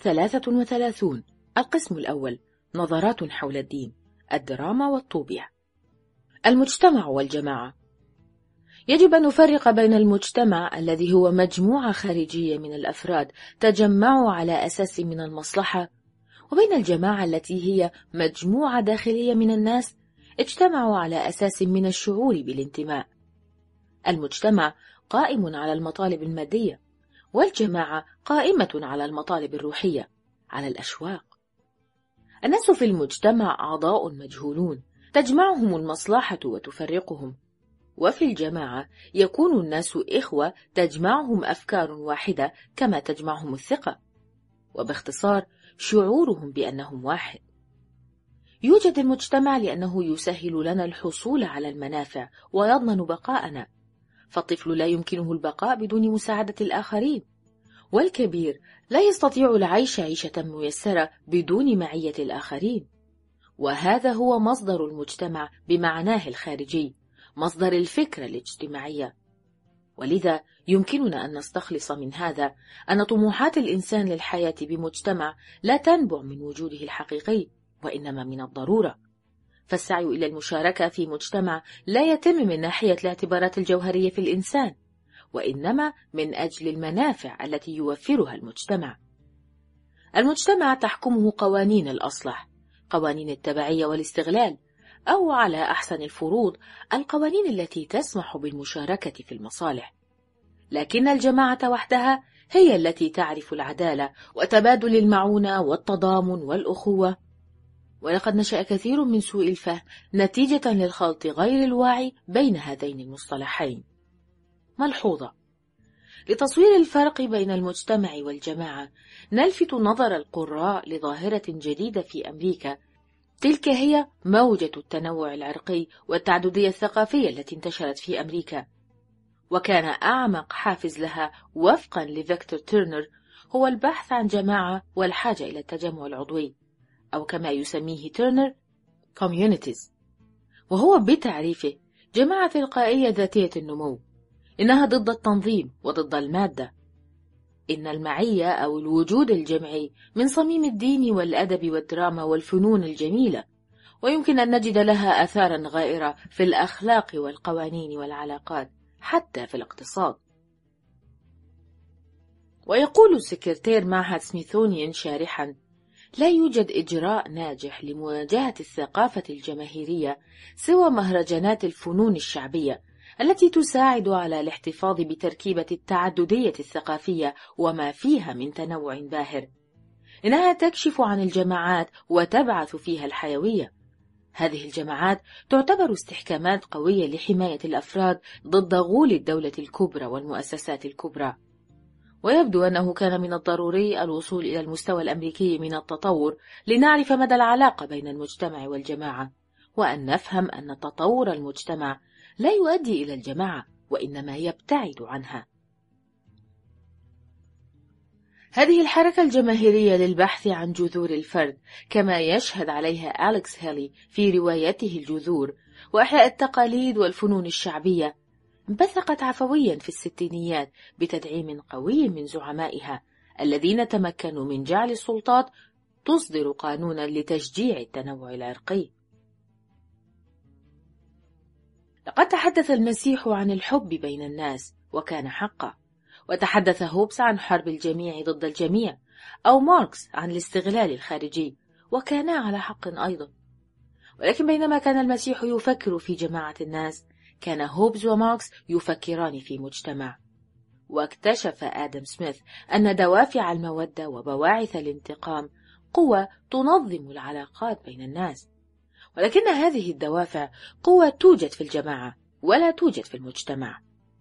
33. القسم الأول: نظرات حول الدين، الدراما والطوبية. المجتمع والجماعة. يجب أن نفرق بين المجتمع الذي هو مجموعة خارجية من الأفراد تجمعوا على أساس من المصلحة، وبين الجماعة التي هي مجموعة داخلية من الناس اجتمعوا على أساس من الشعور بالانتماء. المجتمع قائم على المطالب المادية، والجماعة قائمة على المطالب الروحية، على الأشواق. الناس في المجتمع أعضاء مجهولون تجمعهم المصلحة وتفرقهم، وفي الجماعة يكون الناس إخوة تجمعهم أفكار واحدة كما تجمعهم الثقة، وباختصار شعورهم بأنهم واحد. يوجد المجتمع لأنه يسهل لنا الحصول على المنافع ويضمن بقاءنا، فالطفل لا يمكنه البقاء بدون مساعدة الآخرين، والكبير لا يستطيع العيش عيشة ميسرة بدون معية الآخرين. وهذا هو مصدر المجتمع بمعناه الخارجي، مصدر الفكرة الاجتماعية. ولذا يمكننا أن نستخلص من هذا أن طموحات الإنسان للحياة بمجتمع لا تنبع من وجوده الحقيقي، وإنما من الضرورة. فالسعي إلى المشاركة في مجتمع لا يتم من ناحية الاعتبارات الجوهرية في الإنسان، وإنما من أجل المنافع التي يوفرها المجتمع. المجتمع تحكمه قوانين الأصلح، قوانين التبعية والاستغلال، أو على أحسن الفروض القوانين التي تسمح بالمشاركة في المصالح. لكن الجماعة وحدها هي التي تعرف العدالة وتبادل المعونة والتضامن والأخوة. ولقد نشأ كثير من سوء الفهم نتيجة للخلط غير الواعي بين هذين المصطلحين. ملحوظة: لتصوير الفرق بين المجتمع والجماعة نلفت نظر القراء لظاهرة جديدة في أمريكا، تلك هي موجة التنوع العرقي والتعددية الثقافية التي انتشرت في أمريكا. وكان أعمق حافز لها وفقا لفيكتور تيرنر هو البحث عن جماعة والحاجة إلى التجمع العضوي، أو كما يسميه تيرنر communities، وهو بتعريفه جماعة تلقائية ذاتية النمو. إنها ضد التنظيم وضد المادة. إن المعية أو الوجود الجمعي من صميم الدين والأدب والدراما والفنون الجميلة، ويمكن أن نجد لها آثارا غائرة في الأخلاق والقوانين والعلاقات، حتى في الاقتصاد. ويقول سكرتير معهد سميثونيان شارحا: لا يوجد إجراء ناجح لمواجهة الثقافة الجماهيرية سوى مهرجانات الفنون الشعبية التي تساعد على الاحتفاظ بتركيبة التعددية الثقافية وما فيها من تنوع باهر. إنها تكشف عن الجماعات وتبعث فيها الحيوية. هذه الجماعات تعتبر استحكامات قوية لحماية الأفراد ضد غول الدولة الكبرى والمؤسسات الكبرى. ويبدو أنه كان من الضروري الوصول إلى المستوى الأمريكي من التطور لنعرف مدى العلاقة بين المجتمع والجماعة، وأن نفهم أن تطور المجتمع لا يؤدي إلى الجماعة، وإنما يبتعد عنها. هذه الحركة الجماهيرية للبحث عن جذور الفرد، كما يشهد عليها أليكس هيلي في روايته الجذور وإحياء التقاليد والفنون الشعبية، انبثقت عفويا في الستينيات بتدعيم قوي من زعمائها الذين تمكنوا من جعل السلطات تصدر قانونا لتشجيع التنوع العرقي. لقد تحدث المسيح عن الحب بين الناس وكان حقا، وتحدث هوبس عن حرب الجميع ضد الجميع، أو ماركس عن الاستغلال الخارجي، وكانا على حق أيضا. ولكن بينما كان المسيح يفكر في جماعة الناس، كان هوبز وماركس يفكران في مجتمع. واكتشف آدم سميث أن دوافع المودة وبواعث الانتقام قوة تنظم العلاقات بين الناس، ولكن هذه الدوافع قوة توجد في الجماعة ولا توجد في المجتمع.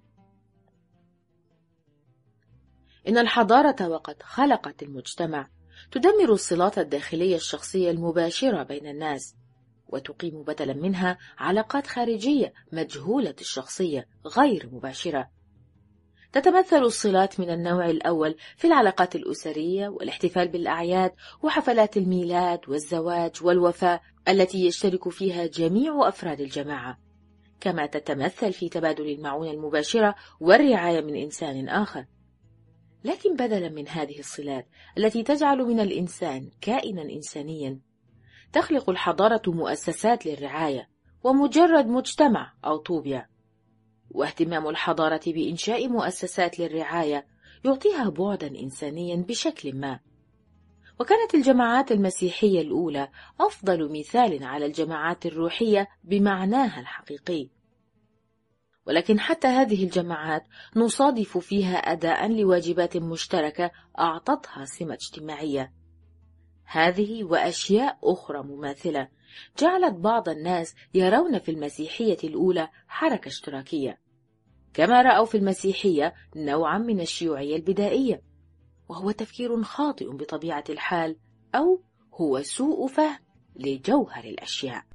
إن الحضارة وقد خلقت المجتمع تدمر الصلات الداخلية الشخصية المباشرة بين الناس، وتقيم بدلا منها علاقات خارجية مجهولة الشخصية غير مباشرة. تتمثل الصلات من النوع الأول في العلاقات الأسرية والاحتفال بالأعياد وحفلات الميلاد والزواج والوفاة التي يشترك فيها جميع أفراد الجماعة، كما تتمثل في تبادل المعونة المباشرة والرعاية من إنسان آخر. لكن بدلا من هذه الصلات التي تجعل من الإنسان كائنا إنسانيا، تخلق الحضارة مؤسسات للرعاية ومجرد مجتمع أو طوبية. واهتمام الحضارة بإنشاء مؤسسات للرعاية يعطيها بعدا إنسانيا بشكل ما. وكانت الجماعات المسيحية الأولى أفضل مثال على الجماعات الروحية بمعناها الحقيقي. ولكن حتى هذه الجماعات نصادف فيها أداء لواجبات مشتركة أعطتها سمة اجتماعية. هذه وأشياء أخرى مماثلة جعلت بعض الناس يرون في المسيحية الأولى حركة اشتراكية، كما رأوا في المسيحية نوعا من الشيوعية البدائية، وهو تفكير خاطئ بطبيعة الحال، أو هو سوء فهم لجوهر الأشياء.